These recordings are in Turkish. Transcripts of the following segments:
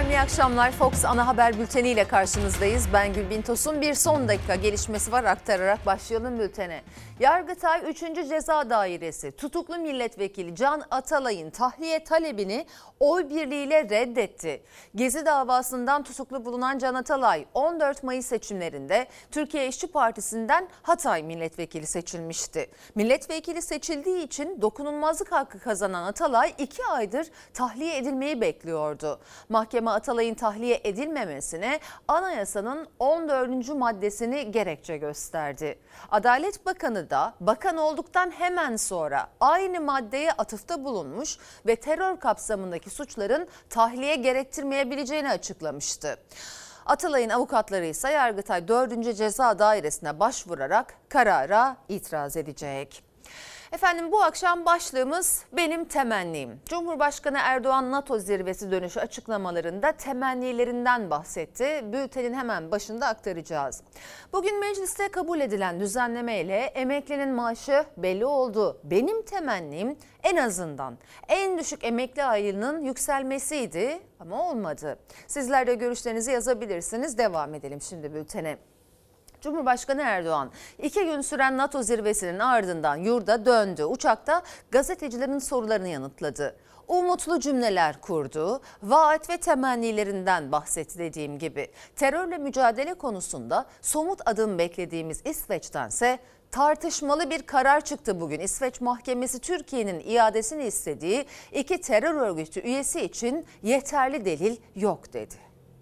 Efendim iyi akşamlar. Fox Ana Haber Bülteni ile karşınızdayız. Ben Gülbin Tosun. Bir son dakika gelişmesi var, aktararak başlayalım bültene. Yargıtay 3. Ceza Dairesi tutuklu milletvekili Can Atalay'ın tahliye talebini oy birliğiyle reddetti. Gezi davasından tutuklu bulunan Can Atalay 14 Mayıs seçimlerinde Türkiye İşçi Partisi'nden Hatay milletvekili seçilmişti. Milletvekili seçildiği için dokunulmazlık hakkı kazanan Atalay 2 aydır tahliye edilmeyi bekliyordu. Mahkeme Atalay'ın tahliye edilmemesine anayasanın 14. maddesini gerekçe gösterdi. Adalet Bakanı da bakan olduktan hemen sonra aynı maddeye atıfta bulunmuş ve terör kapsamındaki suçların tahliye gerektirmeyebileceğini açıklamıştı. Atalay'ın avukatları ise Yargıtay 4. Ceza Dairesi'ne başvurarak karara itiraz edecek. Efendim bu akşam başlığımız benim temennim. Cumhurbaşkanı Erdoğan NATO zirvesi dönüşü açıklamalarında temennilerinden bahsetti. Bültenin hemen başında aktaracağız. Bugün mecliste kabul edilen düzenlemeyle emeklinin maaşı belli oldu. Benim temennim en azından en düşük emekli ayının yükselmesiydi ama olmadı. Sizler de görüşlerinizi yazabilirsiniz. Devam edelim şimdi bültene. Cumhurbaşkanı Erdoğan 2 gün süren NATO zirvesinin ardından yurda döndü. Uçakta gazetecilerin sorularını yanıtladı. Umutlu cümleler kurdu, vaat ve temennilerinden bahsetti dediğim gibi. Terörle mücadele konusunda somut adım beklediğimiz İsveç'tense tartışmalı bir karar çıktı bugün. İsveç Mahkemesi Türkiye'nin iadesini istediği 2 terör örgütü üyesi için yeterli delil yok dedi.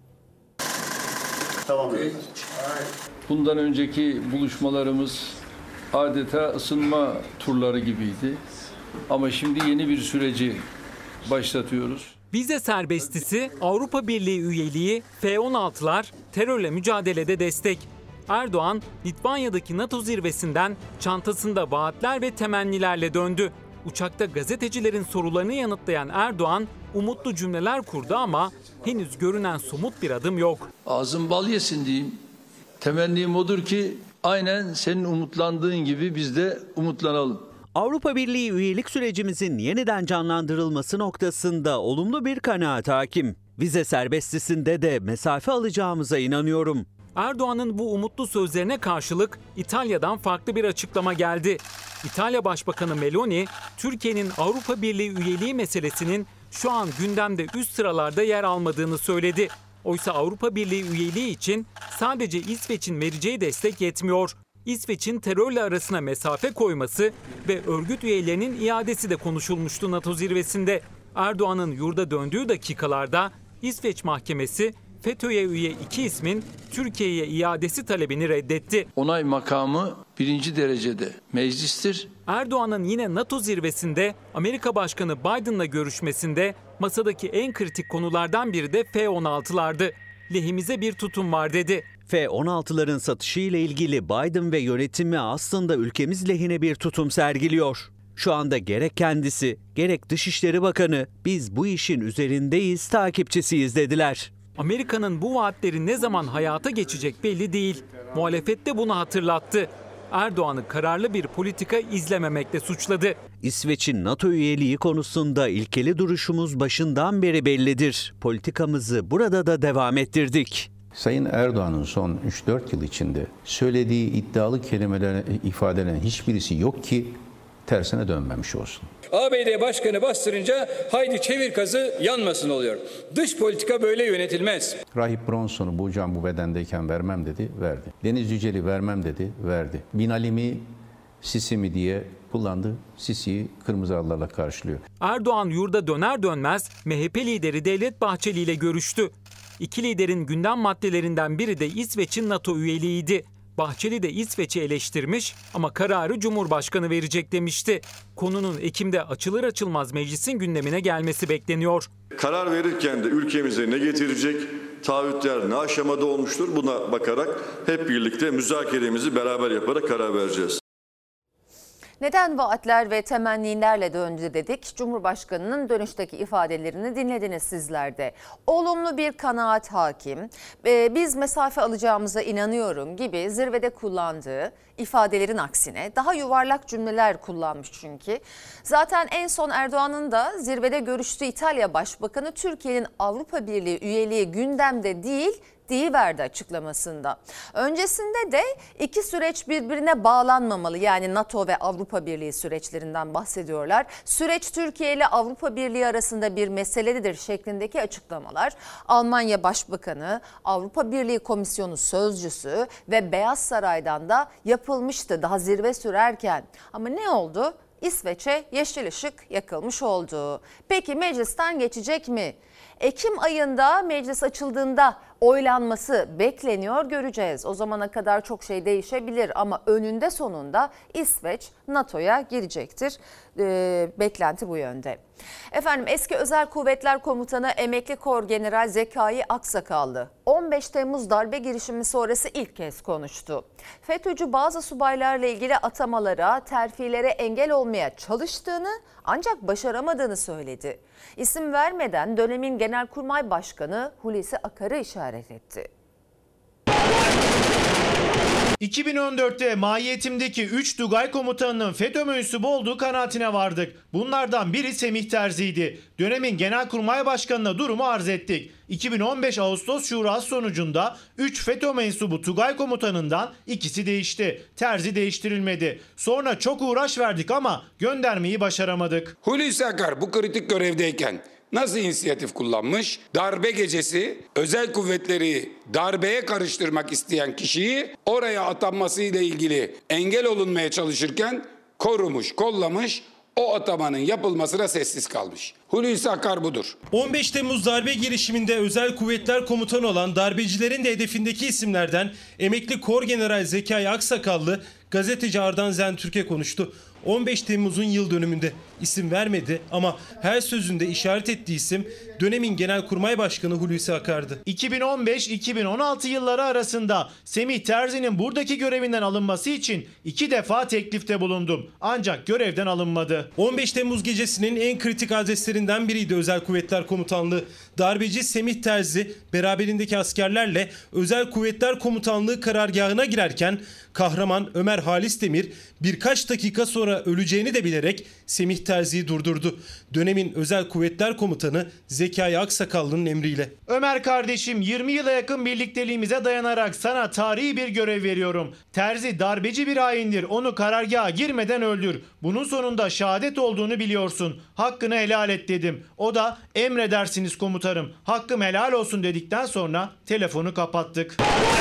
Tamam. Bundan önceki buluşmalarımız adeta ısınma turları gibiydi. Ama şimdi yeni bir süreci başlatıyoruz. Vize serbestisi, Avrupa Birliği üyeliği, F-16'lar, terörle mücadelede destek. Erdoğan, Litvanya'daki NATO zirvesinden çantasında vaatler ve temennilerle döndü. Uçakta gazetecilerin sorularını yanıtlayan Erdoğan, umutlu cümleler kurdu ama henüz görünen somut bir adım yok. Ağzım bal yesin diyeyim. Temennim odur ki aynen senin umutlandığın gibi biz de umutlanalım. Avrupa Birliği üyelik sürecimizin yeniden canlandırılması noktasında olumlu bir kanaat hakim. Vize serbestisinde de mesafe alacağımıza inanıyorum. Erdoğan'ın bu umutlu sözlerine karşılık İtalya'dan farklı bir açıklama geldi. İtalya Başbakanı Meloni, Türkiye'nin Avrupa Birliği üyeliği meselesinin şu an gündemde üst sıralarda yer almadığını söyledi. Oysa Avrupa Birliği üyeliği için sadece İsveç'in vereceği destek yetmiyor. İsveç'in terörle arasına mesafe koyması ve örgüt üyelerinin iadesi de konuşulmuştu NATO zirvesinde. Erdoğan'ın yurda döndüğü dakikalarda İsveç Mahkemesi FETÖ'ye üye 2 ismin Türkiye'ye iadesi talebini reddetti. Onay makamı 1. derecede meclistir. Erdoğan'ın yine NATO zirvesinde Amerika Başkanı Biden'la görüşmesinde masadaki en kritik konulardan biri de F-16'lardı. Lehimize bir tutum var dedi. F-16'ların satışı ile ilgili Biden ve yönetimi aslında ülkemiz lehine bir tutum sergiliyor. Şu anda gerek kendisi, gerek Dışişleri Bakanı biz bu işin üzerindeyiz, takipçisiyiz dediler. Amerika'nın bu vaatleri ne zaman hayata geçecek belli değil. Muhalefet de bunu hatırlattı. Erdoğan'ı kararlı bir politika izlememekle suçladı. İsveç'in NATO üyeliği konusunda ilkeli duruşumuz başından beri bellidir. Politikamızı burada da devam ettirdik. Sayın Erdoğan'ın son 3-4 yıl içinde söylediği iddialı kelimelerin, ifadelerin hiçbirisi yok ki tersine dönmemiş olsun. ABD Başkanı bastırınca haydi çevir kazı yanmasın oluyor. Dış politika böyle yönetilmez. Rahip Bronson'u bu can bu bedendeyken vermem dedi, verdi. Deniz Yücel'i vermem dedi, verdi. Binali mi, Sisi mi diye kullandı. Sisi'yi kırmızı halılarla karşılıyor. Erdoğan yurda döner dönmez MHP lideri Devlet Bahçeli ile görüştü. İki liderin gündem maddelerinden biri de İsveç'in NATO üyeliğiydi. Bahçeli de İsveç'i eleştirmiş ama kararı Cumhurbaşkanı verecek demişti. Konunun Ekim'de açılır açılmaz meclisin gündemine gelmesi bekleniyor. Karar verirken de ülkemize ne getirecek, taahhütler ne aşamada olmuştur buna bakarak hep birlikte müzakeremizi beraber yaparak karar vereceğiz. Neden vaatler ve temennilerle döndü dedik? Cumhurbaşkanının dönüşteki ifadelerini dinlediniz sizler de. Olumlu bir kanaat hakim, biz mesafe alacağımıza inanıyorum gibi zirvede kullandığı ifadelerin aksine daha yuvarlak cümleler kullanmış çünkü. Zaten en son Erdoğan'ın da zirvede görüştüğü İtalya Başbakanı Türkiye'nin Avrupa Birliği üyeliği gündemde değil, verdi açıklamasında. Öncesinde de iki süreç birbirine bağlanmamalı, yani NATO ve Avrupa Birliği süreçlerinden bahsediyorlar. Süreç Türkiye ile Avrupa Birliği arasında bir meseledir şeklindeki açıklamalar Almanya Başbakanı, Avrupa Birliği Komisyonu Sözcüsü ve Beyaz Saray'dan da yapılmıştı daha zirve sürerken. Ama ne oldu? İsveç'e yeşil ışık yakılmış oldu. Peki meclisten geçecek mi? Ekim ayında meclis açıldığında oylanması bekleniyor, göreceğiz. O zamana kadar çok şey değişebilir ama önünde sonunda İsveç NATO'ya girecektir. Beklenti bu yönde. Efendim, eski Özel Kuvvetler Komutanı Emekli Korgeneral Zekai Aksakallı 15 Temmuz darbe girişimi sonrası ilk kez konuştu. FETÖ'cü bazı subaylarla ilgili atamalara, terfilere engel olmaya çalıştığını ancak başaramadığını söyledi. İsim vermeden dönemin Genelkurmay Başkanı Hulusi Akar'ı işaret etti. 2014'te mahiyetimdeki 3 Tugay komutanının FETÖ mensubu olduğu kanaatine vardık. Bunlardan biri Semih Terzi'ydi. Dönemin Genelkurmay Başkanı'na durumu arz ettik. 2015 Ağustos Şurası sonucunda 3 FETÖ mensubu Tugay komutanından ikisi değişti. Terzi değiştirilmedi. Sonra çok uğraş verdik ama göndermeyi başaramadık. Hulusi Akar bu kritik görevdeyken nasıl inisiyatif kullanmış? Darbe gecesi özel kuvvetleri darbeye karıştırmak isteyen kişiyi oraya atanmasıyla ilgili engel olunmaya çalışırken korumuş, kollamış, o atamanın yapılmasına sessiz kalmış. Hulusi Akar budur. 15 Temmuz darbe girişiminde Özel Kuvvetler Komutanı olan darbecilerin de hedefindeki isimlerden emekli Korgeneral Zekai Aksakallı gazeteci Ardan Zentürk'e konuştu. 15 Temmuz'un yıl dönümünde isim vermedi ama her sözünde işaret ettiği isim dönemin Genelkurmay Başkanı Hulusi Akar'dı. 2015-2016 yılları arasında Semih Terzi'nin buradaki görevinden alınması için 2 defa teklifte bulundum. Ancak görevden alınmadı. 15 Temmuz gecesinin en kritik adreslerinden biriydi Özel Kuvvetler Komutanlığı. Darbeci Semih Terzi beraberindeki askerlerle Özel Kuvvetler Komutanlığı karargahına girerken kahraman Ömer Halis Demir birkaç dakika sonra öleceğini de bilerek Semih Terzi'yi durdurdu. Dönemin Özel Kuvvetler Komutanı Zekai Aksakallı'nın emriyle. Ömer kardeşim, 20 yıla yakın birlikteliğimize dayanarak sana tarihi bir görev veriyorum. Terzi darbeci bir haindir. Onu karargaha girmeden öldür. Bunun sonunda şehadet olduğunu biliyorsun. Hakkını helal et dedim. O da emredersiniz komutanım, hakkım helal olsun dedikten sonra telefonu kapattık.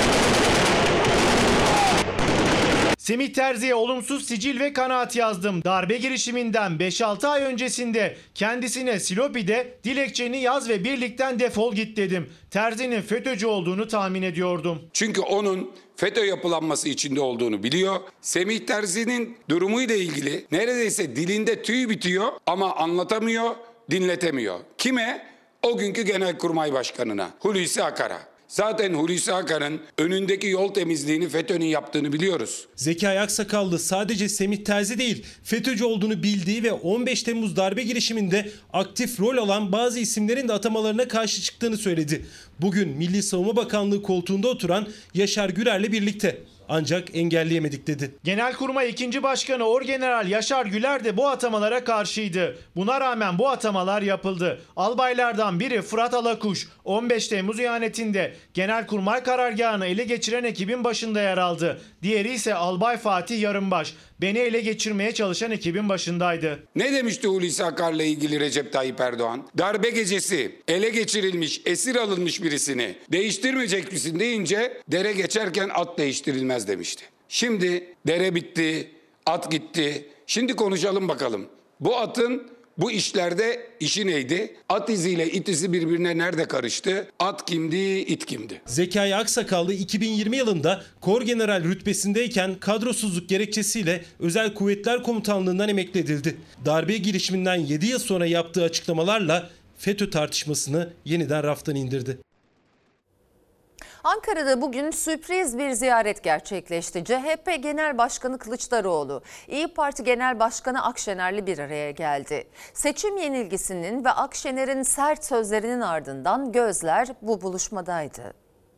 Semih Terzi'ye olumsuz sicil ve kanaat yazdım. Darbe girişiminden 5-6 ay öncesinde kendisine Silopi'de dilekçeni yaz ve birlikten defol git dedim. Terzi'nin FETÖ'cü olduğunu tahmin ediyordum. Çünkü onun FETÖ yapılanması içinde olduğunu biliyor. Semih Terzi'nin durumuyla ilgili neredeyse dilinde tüy bitiyor ama anlatamıyor, dinletemiyor. Kime? O günkü Genelkurmay Başkanı'na, Hulusi Akar'a. Zaten Hulusi Akar'ın önündeki yol temizliğini FETÖ'nün yaptığını biliyoruz. Zekai Aksakallı sadece Semih Terzi değil, FETÖ'cü olduğunu bildiği ve 15 Temmuz darbe girişiminde aktif rol alan bazı isimlerin de atamalarına karşı çıktığını söyledi. Bugün Milli Savunma Bakanlığı koltuğunda oturan Yaşar Güler'le birlikte. Ancak engelleyemedik dedi. Genelkurmay 2. Başkanı Orgeneral Yaşar Güler de bu atamalara karşıydı. Buna rağmen bu atamalar yapıldı. Albaylardan biri Fırat Alakuş 15 Temmuz ihanetinde Genelkurmay karargahını ele geçiren ekibin başında yer aldı. Diğeri ise Albay Fatih Yarımbaş. Beni ele geçirmeye çalışan ekibin başındaydı. Ne demişti Hulusi Akar'la ilgili Recep Tayyip Erdoğan? Darbe gecesi ele geçirilmiş, esir alınmış birisini değiştirmeyecek misin deyince dere geçerken at değiştirilmez demişti. Şimdi dere bitti, at gitti. Şimdi konuşalım bakalım. Bu atın bu işlerde işi neydi? At iziyle it izi birbirine nerede karıştı? At kimdi, it kimdi? Zekai Aksakallı 2020 yılında Korgeneral rütbesindeyken kadrosuzluk gerekçesiyle Özel Kuvvetler Komutanlığından emekli edildi. Darbe girişiminden 7 yıl sonra yaptığı açıklamalarla FETÖ tartışmasını yeniden raftan indirdi. Ankara'da bugün sürpriz bir ziyaret gerçekleşti. CHP Genel Başkanı Kılıçdaroğlu, İYİ Parti Genel Başkanı Akşener'le bir araya geldi. Seçim yenilgisinin ve Akşener'in sert sözlerinin ardından gözler bu buluşmadaydı.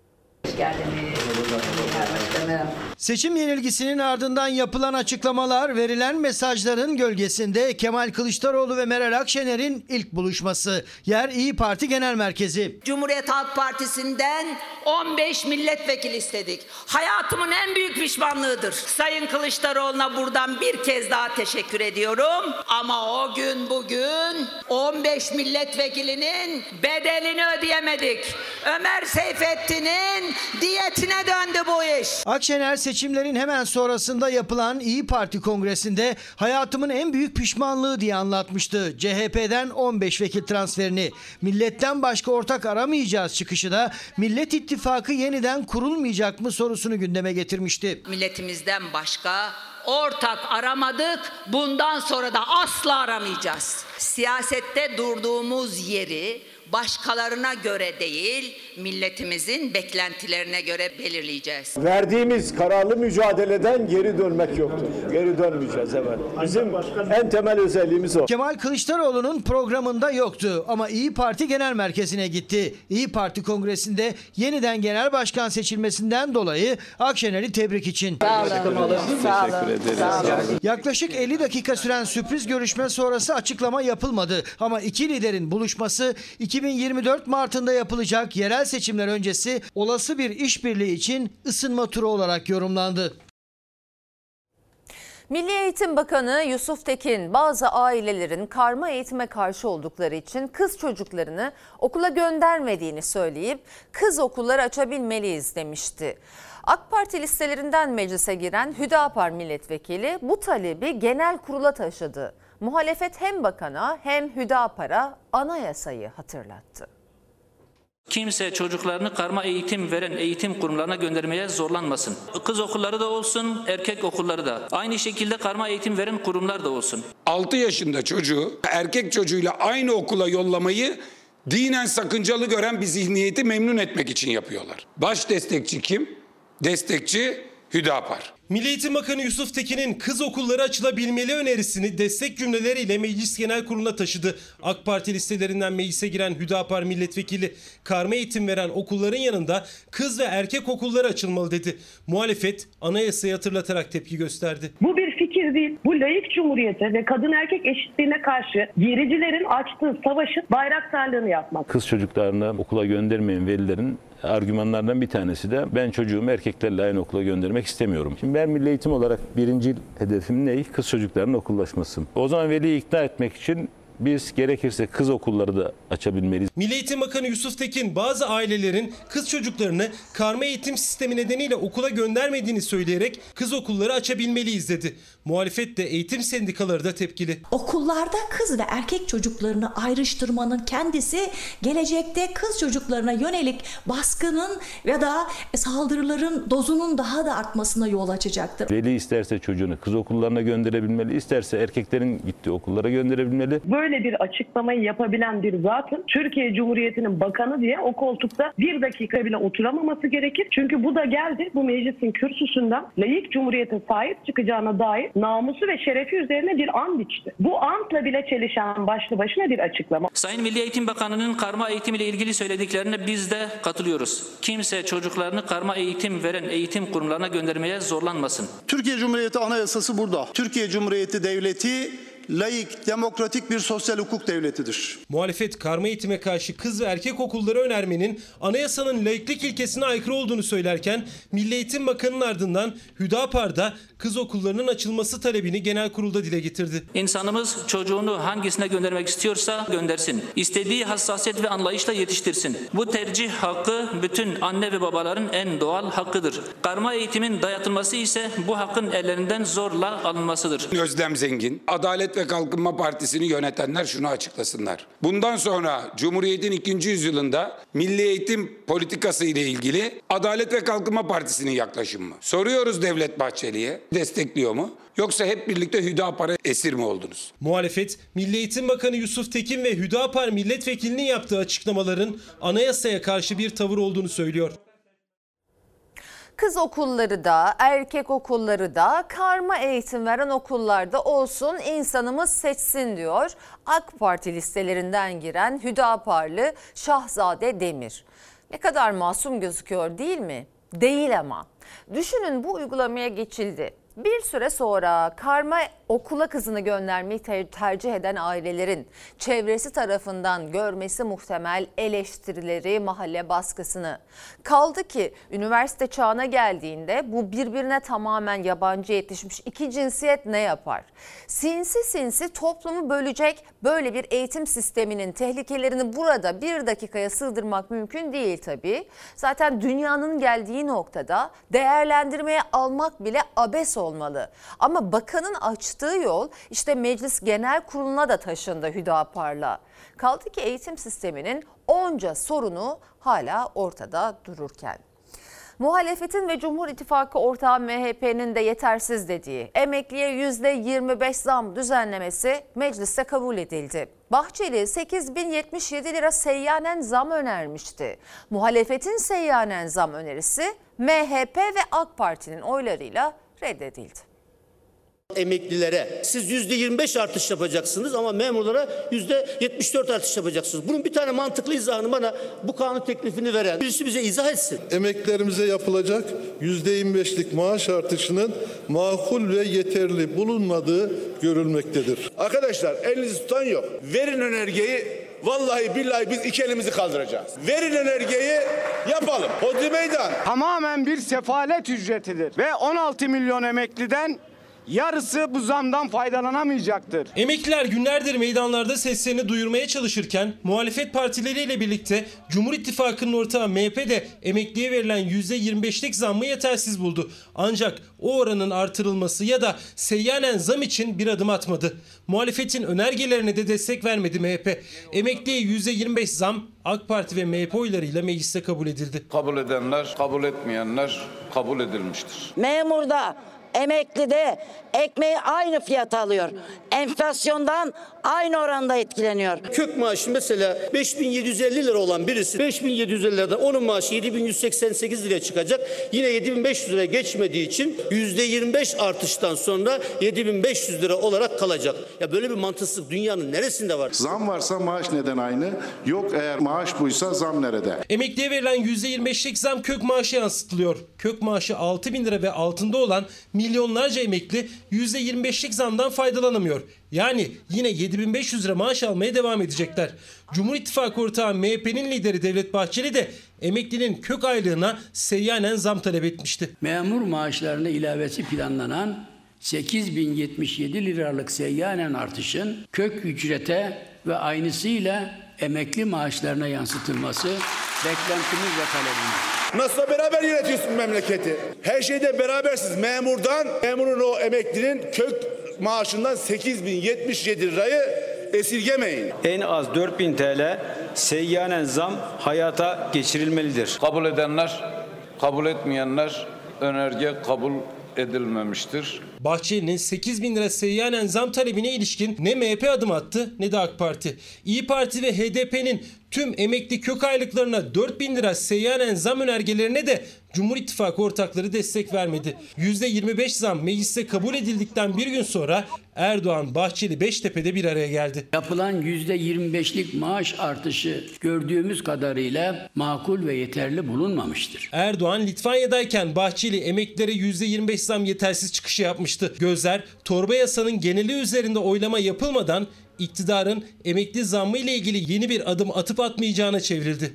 Seçim yenilgisinin ardından yapılan açıklamalar, verilen mesajların gölgesinde Kemal Kılıçdaroğlu ve Meral Akşener'in ilk buluşması. Yer İYİ Parti Genel Merkezi. Cumhuriyet Halk Partisi'nden 15 milletvekili istedik. Hayatımın en büyük pişmanlığıdır. Sayın Kılıçdaroğlu'na buradan bir kez daha teşekkür ediyorum. Ama o gün bugün 15 milletvekilinin bedelini ödeyemedik. Ömer Seyfettin'in diyetine döndü bu iş. Akşener seçimlerin hemen sonrasında yapılan İYİ Parti Kongresi'nde hayatımın en büyük pişmanlığı diye anlatmıştı. CHP'den 15 vekil transferini. Milletten başka ortak aramayacağız çıkışı da Millet İttifakı yeniden kurulmayacak mı sorusunu gündeme getirmişti. Milletimizden başka ortak aramadık. Bundan sonra da asla aramayacağız. Siyasette durduğumuz yeri başkalarına göre değil, milletimizin beklentilerine göre belirleyeceğiz. Verdiğimiz kararlı mücadeleden geri dönmek yoktur. Geri dönmeyeceğiz evet. Bizim en temel özelliğimiz o. Kemal Kılıçdaroğlu'nun programında yoktu ama İYİ Parti Genel Merkezi'ne gitti. İYİ Parti Kongresi'nde yeniden genel başkan seçilmesinden dolayı Akşener'i tebrik için. Sağ olun. Teşekkür ederiz. Yaklaşık 50 dakika süren sürpriz görüşme sonrası açıklama yapılmadı. Ama iki liderin buluşması 2024 Mart'ında yapılacak yerel seçimler öncesi olası bir işbirliği için ısınma turu olarak yorumlandı. Milli Eğitim Bakanı Yusuf Tekin bazı ailelerin karma eğitime karşı oldukları için kız çocuklarını okula göndermediğini söyleyip kız okulları açabilmeliyiz demişti. AK Parti listelerinden meclise giren Hüdapar milletvekili bu talebi genel kurula taşıdı. Muhalefet hem bakana hem Hüdapar'a anayasayı hatırlattı. Kimse çocuklarını karma eğitim veren eğitim kurumlarına göndermeye zorlanmasın. Kız okulları da olsun, erkek okulları da. Aynı şekilde karma eğitim veren kurumlar da olsun. 6 yaşında çocuğu erkek çocuğuyla aynı okula yollamayı dinen sakıncalı gören bir zihniyeti memnun etmek için yapıyorlar. Baş destekçi kim? Destekçi Hüdapar. Milli Eğitim Bakanı Yusuf Tekin'in kız okulları açılabilmeli önerisini destek cümleleriyle Meclis Genel Kurulu'na taşıdı. AK Parti listelerinden meclise giren Hüdapar milletvekili karma eğitim veren okulların yanında kız ve erkek okulları açılmalı dedi. Muhalefet anayasayı hatırlatarak tepki gösterdi. Bu bir fikir değil. Bu laik cumhuriyete ve kadın erkek eşitliğine karşı gericilerin açtığı savaşın bayraktarlığını yapmak. Kız çocuklarını okula göndermeyen velilerin argümanlardan bir tanesi de ben çocuğumu erkeklerle aynı okula göndermek istemiyorum. Şimdi ben milli eğitim olarak birinci hedefim ne? Kız çocuklarının okullaşması. O zaman veliyi ikna etmek için biz gerekirse kız okulları da açabilmeliyiz. Milli Eğitim Bakanı Yusuf Tekin bazı ailelerin kız çocuklarını karma eğitim sistemi nedeniyle okula göndermediğini söyleyerek kız okulları açabilmeliyiz dedi. Muhalefet de eğitim sendikaları da tepkili. Okullarda kız ve erkek çocuklarını ayrıştırmanın kendisi gelecekte kız çocuklarına yönelik baskının ya da saldırıların dozunun daha da artmasına yol açacaktır. Veli isterse çocuğunu kız okullarına gönderebilmeli, isterse erkeklerin gittiği okullara gönderebilmeli. Böyle bir açıklamayı yapabilen bir zatın Türkiye Cumhuriyeti'nin bakanı diye o koltukta bir dakika bile oturamaması gerekir. Çünkü bu da geldi bu meclisin kürsüsünden laik cumhuriyete sahip çıkacağına dair namusu ve şerefi üzerine bir ant içti. Bu antla bile çelişen başlı başına bir açıklama. Sayın Milli Eğitim Bakanı'nın karma eğitim ile ilgili söylediklerine biz de katılıyoruz. Kimse çocuklarını karma eğitim veren eğitim kurumlarına göndermeye zorlanmasın. Türkiye Cumhuriyeti Anayasası burada. Türkiye Cumhuriyeti Devleti laik, demokratik bir sosyal hukuk devletidir. Muhalefet karma eğitime karşı kız ve erkek okulları önermenin anayasanın laiklik ilkesine aykırı olduğunu söylerken Milli Eğitim Bakanı'nın ardından Hüdapar da kız okullarının açılması talebini genel kurulda dile getirdi. İnsanımız çocuğunu hangisine göndermek istiyorsa göndersin. İstediği hassasiyet ve anlayışla yetiştirsin. Bu tercih hakkı bütün anne ve babaların en doğal hakkıdır. Karma eğitimin dayatılması ise bu hakkın ellerinden zorla alınmasıdır. Özlem Zengin, Adalet ve Kalkınma Partisi'ni yönetenler şunu açıklasınlar. Bundan sonra Cumhuriyet'in 2. yüzyılında milli eğitim politikası ile ilgili Adalet ve Kalkınma Partisi'nin yaklaşımı mı? Soruyoruz Devlet Bahçeli'ye. Destekliyor mu? Yoksa hep birlikte Hüdapar'a esir mi oldunuz? Muhalefet, Milli Eğitim Bakanı Yusuf Tekin ve Hüdapar milletvekilinin yaptığı açıklamaların anayasaya karşı bir tavır olduğunu söylüyor. kız okulları da, erkek okulları da, karma eğitim veren okullarda olsun, insanımız seçsin diyor AK Parti listelerinden giren Hüdaparlı Şahzade Demir. Ne kadar masum gözüküyor değil mi? Değil ama. Düşünün, bu uygulamaya geçildi. Bir süre sonra karma okula kızını göndermeyi tercih eden ailelerin çevresi tarafından görmesi muhtemel eleştirileri, mahalle baskısını. Kaldı ki üniversite çağına geldiğinde bu birbirine tamamen yabancı yetişmiş iki cinsiyet ne yapar? Sinsi sinsi toplumu bölecek böyle bir eğitim sisteminin tehlikelerini burada bir dakikaya sığdırmak mümkün değil tabii. Zaten dünyanın geldiği noktada değerlendirmeye almak bile abes olmalı. Ama bakanın açtığı yol işte Meclis Genel Kurulu'na da taşındı Hüdapar'la. Kaldı ki eğitim sisteminin onca sorunu hala ortada dururken. Muhalefetin ve Cumhur İttifakı ortağı MHP'nin de yetersiz dediği emekliye %25 zam düzenlemesi mecliste kabul edildi. Bahçeli 8.077 lira seyyanen zam önermişti. Muhalefetin seyyanen zam önerisi MHP ve AK Parti'nin oylarıyla reddedildi. Emeklilere siz %25 artış yapacaksınız ama memurlara %74 artış yapacaksınız. Bunun bir tane mantıklı izahını bana bu kanun teklifini veren birisi bize izah etsin. Emeklilerimize yapılacak %25'lik maaş artışının makul ve yeterli bulunmadığı görülmektedir. Arkadaşlar, elinizi tutan yok. Verin önergeyi. Vallahi billahi biz iki elimizi kaldıracağız. Verin önergeyi, yapalım. Hodri meydan. Tamamen bir sefalet ücretidir ve 16 milyon emekliden yarısı bu zamdan faydalanamayacaktır. Emekliler günlerdir meydanlarda seslerini duyurmaya çalışırken muhalefet partileriyle birlikte Cumhur İttifakı'nın ortağı MHP de emekliye verilen %25'lik zammı yetersiz buldu. Ancak o oranın artırılması ya da seyyanen zam için bir adım atmadı. Muhalefetin önergelerine de destek vermedi MHP. Emekliye %25 zam AK Parti ve MHP oylarıyla mecliste kabul edildi. Kabul edenler, kabul etmeyenler kabul edilmiştir. Memurda, emeklide ekmeği aynı fiyata alıyor. Enflasyondan aynı oranda etkileniyor. Kök maaşı mesela 5.750 lira olan birisi 5.750 liradan onun maaşı 7.188 liraya çıkacak. Yine 7.500 liraya geçmediği için %25 artıştan sonra 7.500 lira olarak kalacak. Ya böyle bir mantıksızlık dünyanın neresinde var? Zam varsa maaş neden aynı? Yok, eğer maaş buysa zam nerede? Emekliye verilen %25'lik zam kök maaşı yansıtılıyor. Kök maaşı 6.000 lira ve altında olan milyonlarca emekli %25'lik zamdan faydalanamıyor. Yani yine 7.500 lira maaş almaya devam edecekler. Cumhur İttifakı ortağı MHP'nin lideri Devlet Bahçeli de emeklinin kök aylığına seyyanen zam talep etmişti. Memur maaşlarına ilavesi planlanan 8.077 liralık seyyanen artışın kök ücrete ve aynısıyla emekli maaşlarına yansıtılması beklentimiz ve talebimiz. Nasıl beraber yönetiyorsun memleketi? Her şeyde berabersiz. Memurun o emeklinin kök maaşından 8.077 lirayı esirgemeyin. En az 4.000 TL seyyanen zam hayata geçirilmelidir. Kabul edenler, kabul etmeyenler önerge kabul edilmemiştir. Bahçeli'nin 8.000 lira seyyanen zam talebine ilişkin ne MHP adım attı ne de AK Parti. İYİ Parti ve HDP'nin tüm emekli kök aylıklarına 4.000 lira seyyanen zam önergelerine de Cumhur İttifakı ortakları destek vermedi. %25 zam mecliste kabul edildikten bir gün sonra Erdoğan, Bahçeli, Beştepe'de bir araya geldi. Yapılan %25'lik maaş artışı gördüğümüz kadarıyla makul ve yeterli bulunmamıştır. Erdoğan Litvanya'dayken Bahçeli emeklilere %25 zam yetersiz çıkışı yapmıştı. Gözler torba yasanın geneli üzerinde oylama yapılmadan iktidarın emekli zammı ile ilgili yeni bir adım atıp atmayacağına çevrildi.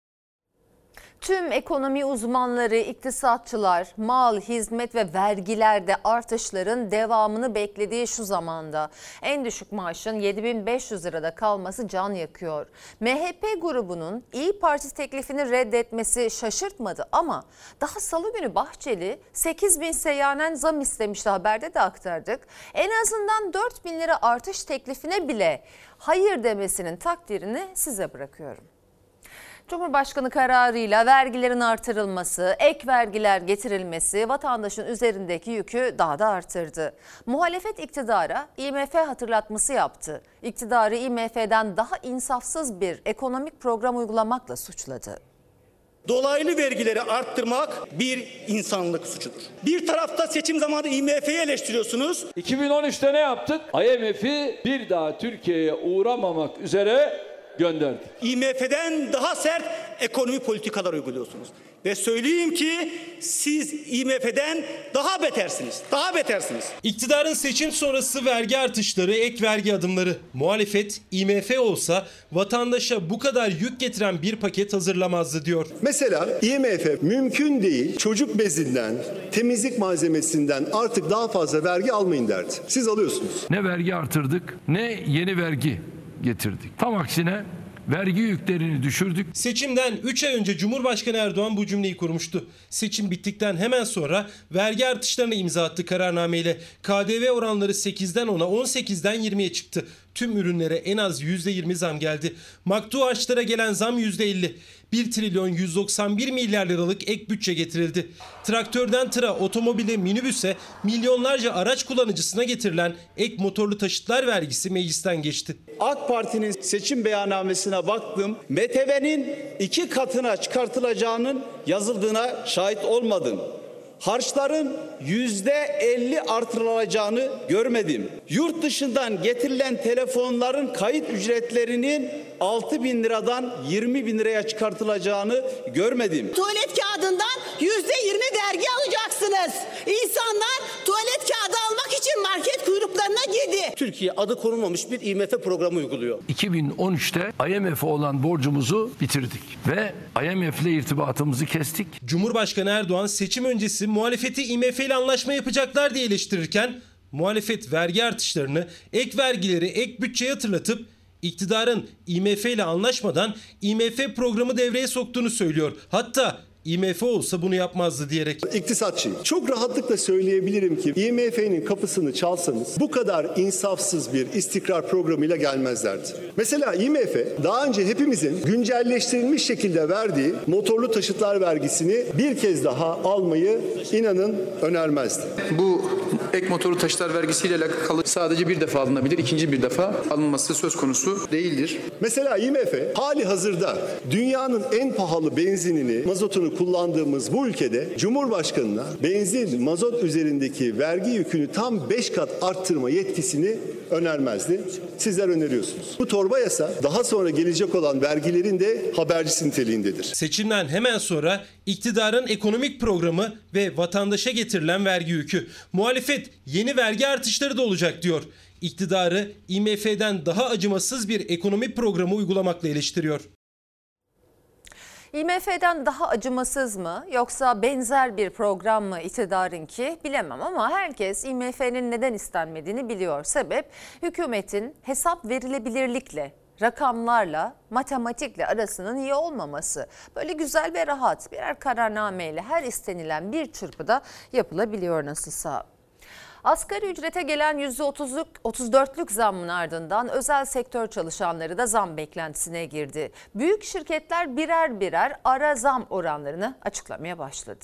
Tüm ekonomi uzmanları, iktisatçılar, mal, hizmet ve vergilerde artışların devamını beklediği şu zamanda en düşük maaşın 7.500 lirada kalması can yakıyor. MHP grubunun İYİ Parti teklifini reddetmesi şaşırtmadı ama daha salı günü Bahçeli 8.000 seyyanen zam istemişti, haberde de aktardık. En azından 4.000 lira artış teklifine bile hayır demesinin takdirini size bırakıyorum. Cumhurbaşkanı kararıyla vergilerin artırılması, ek vergiler getirilmesi vatandaşın üzerindeki yükü daha da artırdı. Muhalefet iktidara IMF hatırlatması yaptı. İktidarı IMF'den daha insafsız bir ekonomik program uygulamakla suçladı. Dolaylı vergileri arttırmak bir insanlık suçudur. Bir tarafta seçim zamanı IMF'yi eleştiriyorsunuz. 2013'te ne yaptık? IMF'i bir daha Türkiye'ye uğramamak üzere gönderdik. IMF'den daha sert ekonomi politikalar uyguluyorsunuz. Ve söyleyeyim ki siz IMF'den daha betersiniz. Daha betersiniz. İktidarın seçim sonrası vergi artışları, ek vergi adımları. Muhalefet IMF olsa vatandaşa bu kadar yük getiren bir paket hazırlamazdı diyor. Mesela IMF mümkün değil çocuk bezinden, temizlik malzemesinden artık daha fazla vergi almayın derdi. Siz alıyorsunuz. Ne vergi artırdık ne yeni vergi getirdik. Tam aksine vergi yüklerini düşürdük. Seçimden 3 ay önce Cumhurbaşkanı Erdoğan bu cümleyi kurmuştu. Seçim bittikten hemen sonra vergi artışlarına imza attı kararnameyle. KDV oranları 8'den 10'a, 18'den 20'ye çıktı. Tüm ürünlere en az %20 zam geldi. Maktu harçlara gelen zam %50. 1 trilyon 191 milyar liralık ek bütçe getirildi. Traktörden tıra, otomobile, minibüse, milyonlarca araç kullanıcısına getirilen ek motorlu taşıtlar vergisi meclisten geçti. AK Parti'nin seçim beyannamesine baktım. MTV'nin 2 katına çıkartılacağının yazıldığına şahit olmadım. Harçların %50 artırılacağını görmedim. Yurt dışından getirilen telefonların kayıt ücretlerinin 6.000 liradan 20.000 liraya çıkartılacağını görmedim. Tuvalet kağıdından %20 vergi alacaksınız. İnsanlar tuvalet kağıdı almak için market kuyruklarına girdi. Türkiye adı konulmamış bir IMF programı uyguluyor. 2013'te IMF'e olan borcumuzu bitirdik ve IMF ile irtibatımızı kestik. Cumhurbaşkanı Erdoğan seçim öncesi muhalefeti IMF ile anlaşma yapacaklar diye eleştirirken muhalefet vergi artışlarını, ek vergileri, ek bütçeye hatırlatıp iktidarın IMF ile anlaşmadan IMF programı devreye soktuğunu söylüyor. Hatta IMF olsa bunu yapmazdı diyerek. İktisatçıyım. Çok rahatlıkla söyleyebilirim ki IMF'nin kapısını çalsanız bu kadar insafsız bir istikrar programıyla gelmezlerdi. Mesela IMF daha önce hepimizin güncelleştirilmiş şekilde verdiği motorlu taşıtlar vergisini bir kez daha almayı inanın önermezdi. Bu ek motorlu taşıtlar vergisiyle alakalı sadece bir defa alınabilir, ikinci bir defa alınması söz konusu değildir. Mesela IMF hali hazırda dünyanın en pahalı benzinini, mazotunu kullandığımız bu ülkede Cumhurbaşkanı'na benzin, mazot üzerindeki vergi yükünü tam 5 kat arttırma yetkisini önermezdi. Sizler öneriyorsunuz. Bu torba yasa daha sonra gelecek olan vergilerin de habercisi niteliğindedir. Seçimden hemen sonra iktidarın ekonomik programı ve vatandaşa getirilen vergi yükü. Muhalefet yeni vergi artışları da olacak diyor. İktidarı IMF'den daha acımasız bir ekonomi programı uygulamakla eleştiriyor. IMF'den daha acımasız mı yoksa benzer bir program mı iktidarınki bilemem ama herkes IMF'nin neden istenmediğini biliyor. Sebep hükümetin hesap verilebilirlikle, rakamlarla, matematikle arasının iyi olmaması. Böyle güzel ve rahat birer kararnameyle her istenilen bir çırpıda yapılabiliyor nasılsa. Asgari ücrete gelen %34'lük zammın ardından özel sektör çalışanları da zam beklentisine girdi. Büyük şirketler birer birer ara zam oranlarını açıklamaya başladı.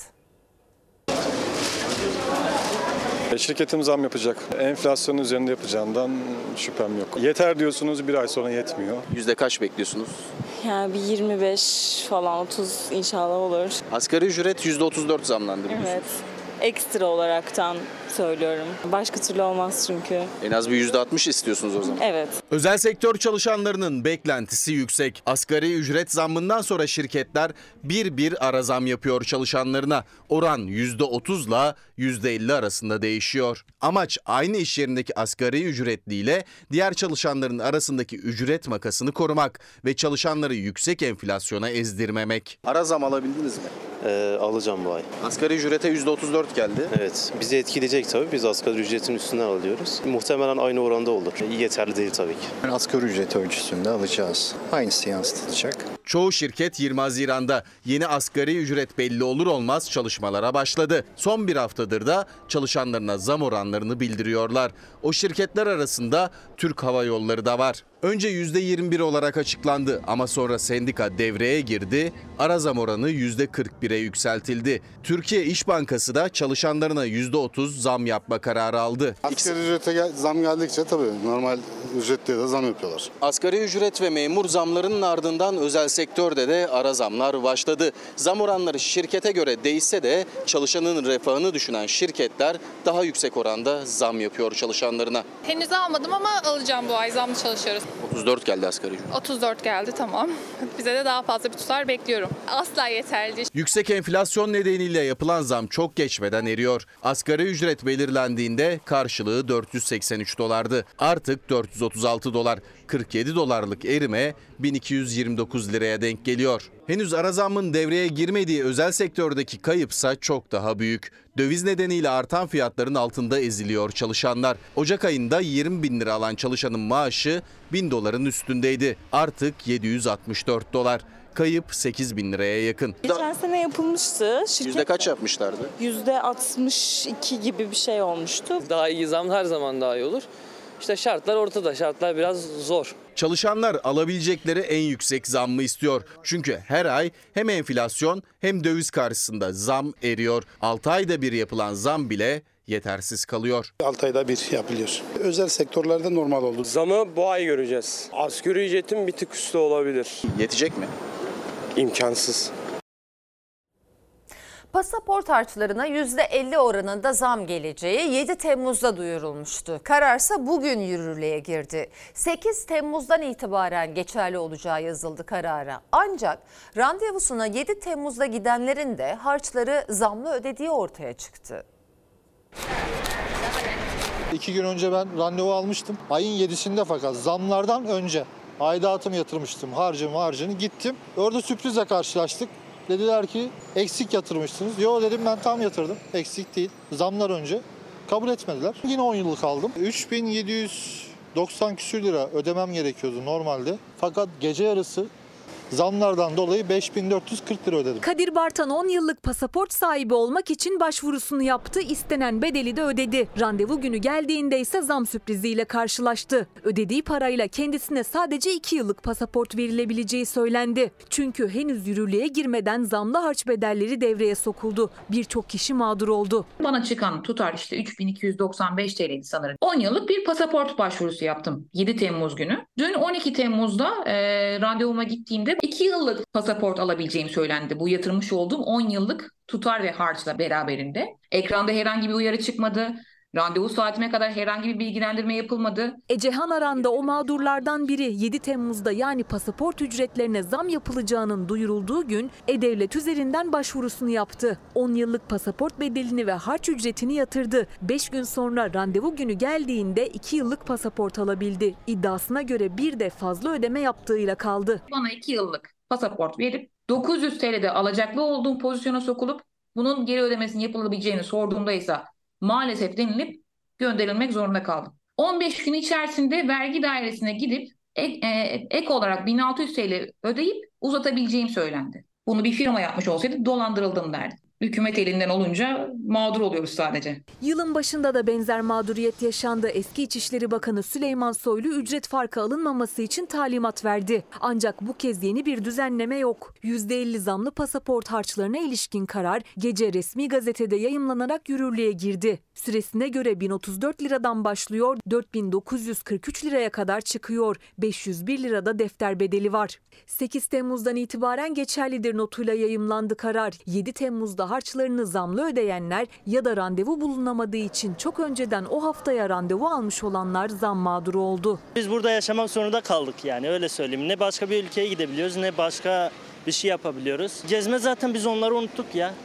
Şirketim zam yapacak. Enflasyonun üzerinde yapacağından şüphem yok. Yeter diyorsunuz, bir ay sonra yetmiyor. Yüzde kaç bekliyorsunuz? Yani bir 25 falan 30 inşallah olur. Asgari ücret %34 zamlandı biliyorsunuz. Evet. Ekstra olaraktan söylüyorum. Başka türlü olmaz çünkü. En az bir %60 istiyorsunuz o zaman. Evet. Özel sektör çalışanlarının beklentisi yüksek. Asgari ücret zammından sonra şirketler bir ara zam yapıyor çalışanlarına. Oran %30 ile %50 arasında değişiyor. Amaç aynı iş yerindeki asgari ücretliyle diğer çalışanların arasındaki ücret makasını korumak ve çalışanları yüksek enflasyona ezdirmemek. Ara zam alabildiniz mi? Alacağım bu ay. Asgari ücrete %34 geldi. Evet, bizi etkileyecek tabii. Biz asgari ücretin üstünden alıyoruz. Muhtemelen aynı oranda olur. Yeterli değil tabii ki. Asgari ücret ölçüsünde alacağız. Aynısı yansıtılacak. Çoğu şirket 20 Haziran'da yeni asgari ücret belli olur olmaz çalışmalara başladı. Son bir haftadır da çalışanlarına zam oranlarını bildiriyorlar. O şirketler arasında Türk Hava Yolları da var. Önce %21 olarak açıklandı ama sonra sendika devreye girdi. Ara zam oranı %41'e yükseltildi. Türkiye İş Bankası da çalışanlarına %30 zam yapma kararı aldı. Asgari ücrete zam geldikçe tabii normal ücretleri de zam yapıyorlar. Asgari ücret ve memur zamlarının ardından özel sektörde de ara zamlar başladı. Zam oranları şirkete göre değişse de çalışanın refahını düşünen şirketler daha yüksek oranda zam yapıyor çalışanlarına. Henüz almadım ama alacağım, bu ay zamlı çalışıyoruz. 34 geldi asgari ücret. 34 geldi, tamam. Bize de daha fazla bir tutar bekliyorum. Asla yeterli değil. Yüksek enflasyon nedeniyle yapılan zam çok geçmeden eriyor. Asgari ücret belirlendiğinde karşılığı 483 dolardı. Artık 436 dolar. 47 dolarlık erime 1229 liraya denk geliyor. Henüz ara zammın devreye girmediği özel sektördeki kayıpsa çok daha büyük. Döviz nedeniyle artan fiyatların altında eziliyor çalışanlar. Ocak ayında 20 bin lira alan çalışanın maaşı 1000 doların üstündeydi. Artık 764 dolar. Kayıp 8 bin liraya yakın. Geçen sene yapılmıştı. Yüzde kaç yapmışlardı? %62 gibi bir şey olmuştu. Daha iyi zam her zaman daha iyi olur. İşte şartlar ortada. Şartlar biraz zor. Çalışanlar alabilecekleri en yüksek zammı istiyor. Çünkü her ay hem enflasyon hem döviz karşısında zam eriyor. 6 ayda bir yapılan zam bile yetersiz kalıyor. 6 ayda bir yapılıyor. Özel sektörlerde normal oldu. Zamı bu ay göreceğiz. Asgari ücretin bir tık üstü olabilir. Yetecek mi? İmkansız. Pasaport harçlarına %50 oranında zam geleceği 7 Temmuz'da duyurulmuştu. Kararsa bugün yürürlüğe girdi. 8 Temmuz'dan itibaren geçerli olacağı yazıldı karara. Ancak randevusuna 7 Temmuz'da gidenlerin de harçları zamlı ödediği ortaya çıktı. 2 gün önce ben randevu almıştım. Ayın 7'sinde fakat zamlardan önce aidatımı yatırmıştım. Harcını gittim. Orada sürprizle karşılaştık. Dediler ki eksik yatırmışsınız. Yo dedim, ben tam yatırdım. Eksik değil. Zamlar önce. Kabul etmediler. Yine 10 yıllık aldım. 3790 küsür lira ödemem gerekiyordu normalde. Fakat gece yarısı zamlardan dolayı 5440 lira ödedim. Kadir Bartan 10 yıllık pasaport sahibi olmak için başvurusunu yaptı. İstenen bedeli de ödedi. Randevu günü geldiğinde ise zam sürpriziyle karşılaştı. Ödediği parayla kendisine sadece 2 yıllık pasaport verilebileceği söylendi. Çünkü henüz yürürlüğe girmeden zamlı harç bedelleri devreye sokuldu. Birçok kişi mağdur oldu. Bana çıkan tutar işte 3295 TL'ydi sanırım. 10 yıllık bir pasaport başvurusu yaptım 7 Temmuz günü. Dün 12 Temmuz'da randevuma gittiğimde 2 yıllık pasaport alabileceğim söylendi. Bu yatırmış olduğum 10 yıllık tutar ve harçla beraberinde. Ekranda herhangi bir uyarı çıkmadı. Randevu saatime kadar herhangi bir bilgilendirme yapılmadı. Ecehan Aran da o mağdurlardan biri. 7 Temmuz'da yani pasaport ücretlerine zam yapılacağının duyurulduğu gün E-Devlet üzerinden başvurusunu yaptı. 10 yıllık pasaport bedelini ve harç ücretini yatırdı. 5 gün sonra randevu günü geldiğinde 2 yıllık pasaport alabildi. İddiasına göre bir de fazla ödeme yaptığıyla kaldı. Bana 2 yıllık pasaport verip 900 TL'de alacaklı olduğum pozisyona sokulup bunun geri ödemesinin yapılabileceğini sorduğumda ise maalesef denilip gönderilmek zorunda kaldım. 15 gün içerisinde vergi dairesine gidip ek olarak 1600 TL ödeyip uzatabileceğim söylendi. Bunu bir firma yapmış olsaydı dolandırıldım derdi. Hükümet elinden olunca mağdur oluyoruz sadece. Yılın başında da benzer mağduriyet yaşandı. Eski İçişleri Bakanı Süleyman Soylu ücret farkı alınmaması için talimat verdi. Ancak bu kez yeni bir düzenleme yok. %50 zamlı pasaport harçlarına ilişkin karar gece resmi gazetede yayımlanarak yürürlüğe girdi. Süresine göre 1034 liradan başlıyor, 4943 liraya kadar çıkıyor. 501 lirada defter bedeli var. 8 Temmuz'dan itibaren geçerlidir notuyla yayımlandı karar. 7 Temmuz'da harçlarını zamlı ödeyenler ya da randevu bulunamadığı için çok önceden o haftaya randevu almış olanlar zam mağduru oldu. Biz burada yaşamak zorunda kaldık, yani öyle söyleyeyim. Ne başka bir ülkeye gidebiliyoruz ne başka bir şey yapabiliyoruz. Gezme zaten, biz onları unuttuk ya.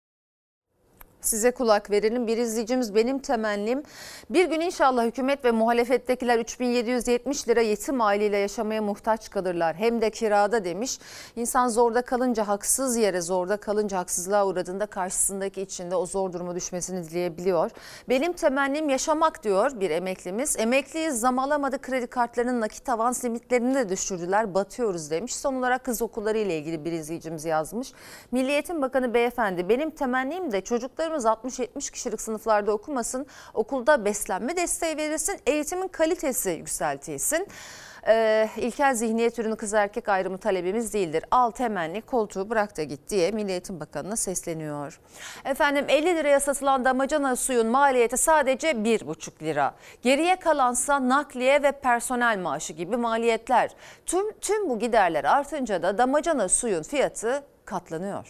Size kulak verelim. Bir izleyicimiz, benim temennim bir gün inşallah hükümet ve muhalefettekiler 3770 lira yetim aileyle yaşamaya muhtaç kalırlar. Hem de kirada demiş. İnsan zorda kalınca, haksız yere zorda kalınca, haksızlığa uğradığında karşısındaki içinde o zor duruma düşmesini dileyebiliyor. Benim temennim yaşamak diyor bir emeklimiz. Emekliyiz, zam alamadı, kredi kartlarının nakit avans limitlerini de düşürdüler, batıyoruz demiş. Son olarak kız okulları ile ilgili bir izleyicimiz yazmış. Milli Eğitim Bakanı beyefendi, benim temennim de çocuklarımız 60-70 kişilik sınıflarda okumasın, okulda beslenme desteği verilsin, eğitimin kalitesi yükseltilsin. İlkel zihniyet ürünü kız erkek ayrımı talebimiz değildir. Al temenni, koltuğu bırak da git diye Milli Eğitim Bakanı'na sesleniyor. Efendim 50 liraya satılan damacana suyun maliyeti sadece 1,5 lira. Geriye kalansa nakliye ve personel maaşı gibi maliyetler. Tüm bu giderler artınca da damacana suyun fiyatı katlanıyor.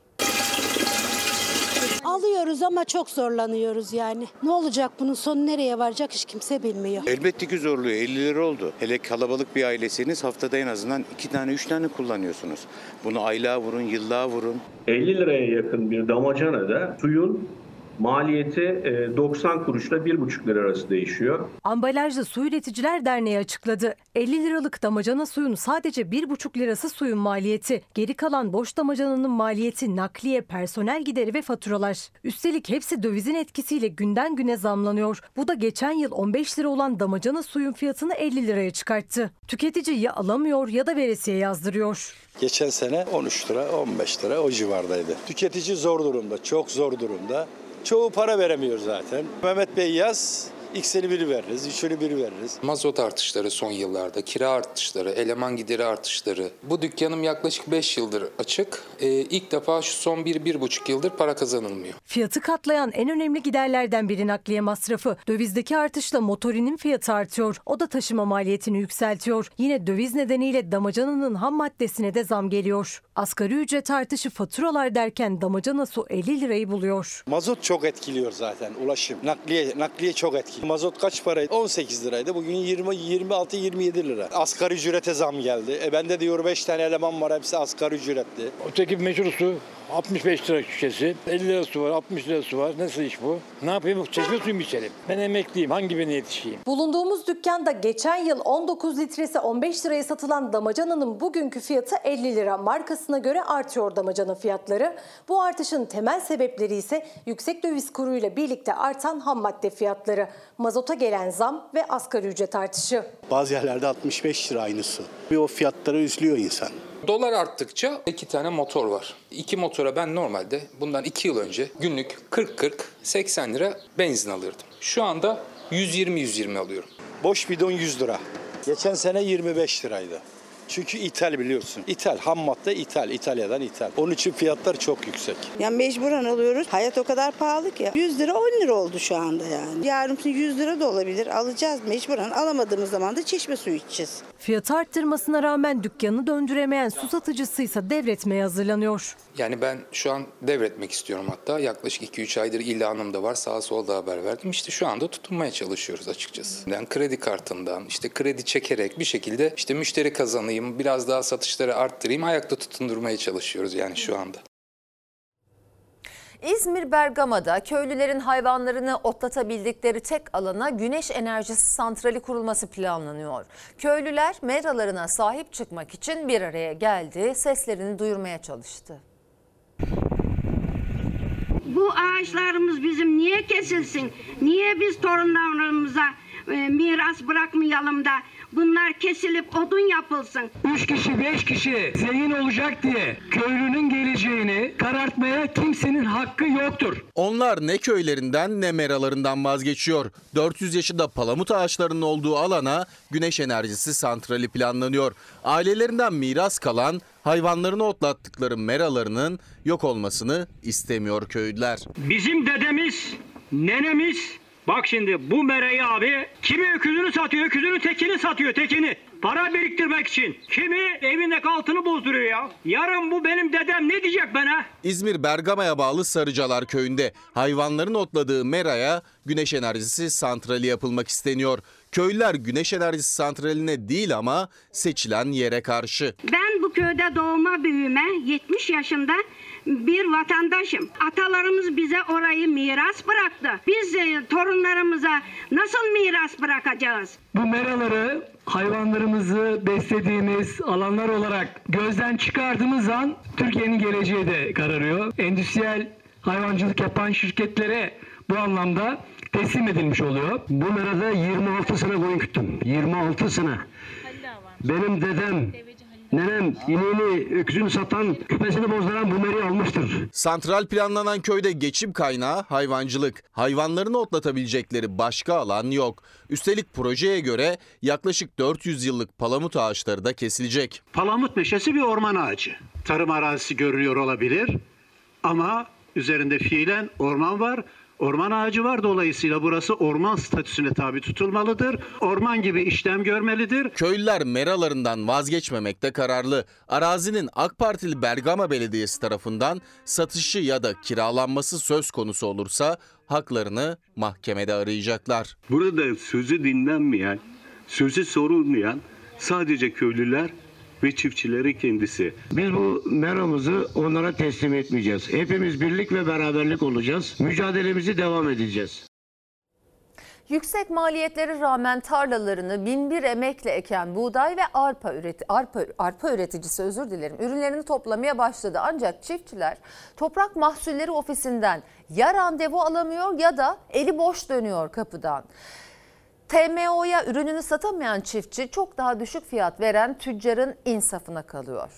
Alıyoruz ama çok zorlanıyoruz yani. Ne olacak, bunun sonu nereye varacak hiç kimse bilmiyor. Elbette ki zorluyor. 50 lira oldu. Hele kalabalık bir ailesiniz, haftada en azından 2 tane 3 tane kullanıyorsunuz. Bunu aylığa vurun, yıllığa vurun. 50 liraya yakın bir damacanada suyun maliyeti 90 kuruşla 1,5 lira arası değişiyor. Ambalajlı Su Üreticiler Derneği açıkladı. 50 liralık damacana suyun sadece 1,5 lirası suyun maliyeti. Geri kalan boş damacananın maliyeti nakliye, personel gideri ve faturalar. Üstelik hepsi dövizin etkisiyle günden güne zamlanıyor. Bu da geçen yıl 15 lira olan damacana suyun fiyatını 50 liraya çıkarttı. Tüketici ya alamıyor ya da veresiye yazdırıyor. Geçen sene 13 lira, 15 lira o civardaydı. Tüketici zor durumda, çok zor durumda. Çoğu para veremiyor zaten. Mehmet Bey yaz, X'ini biri veririz, Y'ini biri veririz. Mazot artışları son yıllarda, kira artışları, eleman gideri artışları. Bu dükkanım yaklaşık 5 yıldır açık. İlk defa şu son 1-1,5 yıldır para kazanılmıyor. Fiyatı katlayan en önemli giderlerden biri nakliye masrafı. Dövizdeki artışla motorinin fiyatı artıyor. O da taşıma maliyetini yükseltiyor. Yine döviz nedeniyle damacananın ham maddesine de zam geliyor. Asgari ücret artışı faturalar derken damacana su 50 lirayı buluyor. Mazot çok etkiliyor zaten, ulaşım. Nakliye çok etkili. Mazot kaç paraydı? 18 liraydı. Bugün 26-27 lira. Asgari ücrete zam geldi. Ben de diyor 5 tane eleman var, hepsi asgari ücretli. Öteki meşhur su 65 lira şişesi. 50 lira su var, 60 lira su var. Nasıl iş bu? Ne yapayım? Çeşme suyu mu içelim? Ben emekliyim. Hangi birine yetişeyim? Bulunduğumuz dükkanda geçen yıl 19 litresi 15 liraya satılan damacananın bugünkü fiyatı 50 lira. Markasına göre artıyor damacana fiyatları. Bu artışın temel sebepleri ise yüksek döviz kuruyla birlikte artan ham madde fiyatları, mazota gelen zam ve asgari ücret artışı. Bazı yerlerde 65 lira aynı su. Bir o fiyatlara üzülüyor insan. Dolar arttıkça 2 tane motor var. 2 motora ben normalde bundan 2 yıl önce günlük 40-80 lira benzin alırdım. Şu anda 120 alıyorum. Boş bidon 100 lira. Geçen sene 25 liraydı. Çünkü ithal biliyorsun. İthal, ham madde ithal, İtalya'dan ithal. Onun için fiyatlar çok yüksek. Ya mecburen alıyoruz. Hayat o kadar pahalı ki. 100 lira 10 lira oldu şu anda yani. Yarın 100 lira da olabilir. Alacağız mecburen. Alamadığımız zaman da çeşme suyu içeceğiz. Fiyatı arttırmasına rağmen dükkanını döndüremeyen su satıcısıysa devretmeye hazırlanıyor. Yani ben şu an devretmek istiyorum hatta. Yaklaşık 2-3 aydır ilanım da var. Sağa solda haber verdim. İşte şu anda tutunmaya çalışıyoruz açıkçası. Yani kredi kartından işte kredi çekerek bir şekilde işte müşteri kazanayım, biraz daha satışları arttırayım, ayakta tutundurmaya çalışıyoruz yani şu anda. İzmir Bergama'da köylülerin hayvanlarını otlatabildikleri tek alana güneş enerjisi santrali kurulması planlanıyor. Köylüler meralarına sahip çıkmak için bir araya geldi, seslerini duyurmaya çalıştı. Bu ağaçlarımız bizim niye kesilsin? Niye biz torunlarımıza miras bırakmayalım da bunlar kesilip odun yapılsın? 3 kişi 5 kişi zengin olacak diye köylünün geleceğini karartmaya kimsenin hakkı yoktur. Onlar ne köylerinden ne meralarından vazgeçiyor. 400 yaşında palamut ağaçlarının olduğu alana güneş enerjisi santrali planlanıyor. Ailelerinden miras kalan hayvanlarını otlattıkları meralarının yok olmasını istemiyor köylüler. Bizim dedemiz, nenemiz, bak şimdi bu merayı abi kimi öküzünü satıyor, öküzünün tekini satıyor, tekini. Para biriktirmek için. Kimi evindeki altını bozduruyor ya. Yarın bu benim dedem ne diyecek bana? İzmir Bergama'ya bağlı Sarıcalar köyünde hayvanların otladığı meraya güneş enerjisi santrali yapılmak isteniyor. Köylüler güneş enerjisi santraline değil ama seçilen yere karşı. Ben bu köyde doğma büyüme 70 yaşında bir vatandaşım. Atalarımız bize orayı miras bıraktı. Biz torunlarımıza nasıl miras bırakacağız? Bu meraları hayvanlarımızı beslediğimiz alanlar olarak gözden çıkardığımız an Türkiye'nin geleceği de kararıyor. Endüstriyel hayvancılık yapan şirketlere bu anlamda teslim edilmiş oluyor. Bu merada 26 sene koyun güttüm. 26 sene. Benim dedem, nenem gelen ineğini, öküzünü satan, küpesini bozduran bunları almıştır. Santral planlanan köyde geçim kaynağı hayvancılık. Hayvanlarını otlatabilecekleri başka alan yok. Üstelik projeye göre yaklaşık 400 yıllık palamut ağaçları da kesilecek. Palamut meşesi bir orman ağacı. Tarım arazisi görünüyor olabilir ama üzerinde fiilen orman var. Orman ağacı var, dolayısıyla burası orman statüsüne tabi tutulmalıdır. Orman gibi işlem görmelidir. Köylüler meralarından vazgeçmemekte kararlı. Arazinin AK Partili Bergama Belediyesi tarafından satışı ya da kiralanması söz konusu olursa haklarını mahkemede arayacaklar. Burada sözü dinlenmeyen, sözü sorulmayan sadece köylüler ve çiftçileri kendisi. Biz bu meramızı onlara teslim etmeyeceğiz. Hepimiz birlik ve beraberlik olacağız. Mücadelemizi devam edeceğiz. Yüksek maliyetlere rağmen tarlalarını binbir emekle eken buğday ve arpa üreticisi ürünlerini toplamaya başladı. Ancak çiftçiler Toprak Mahsulleri Ofisi'nden ya randevu alamıyor ya da eli boş dönüyor kapıdan. TMO'ya ürününü satamayan çiftçi çok daha düşük fiyat veren tüccarın insafına kalıyor.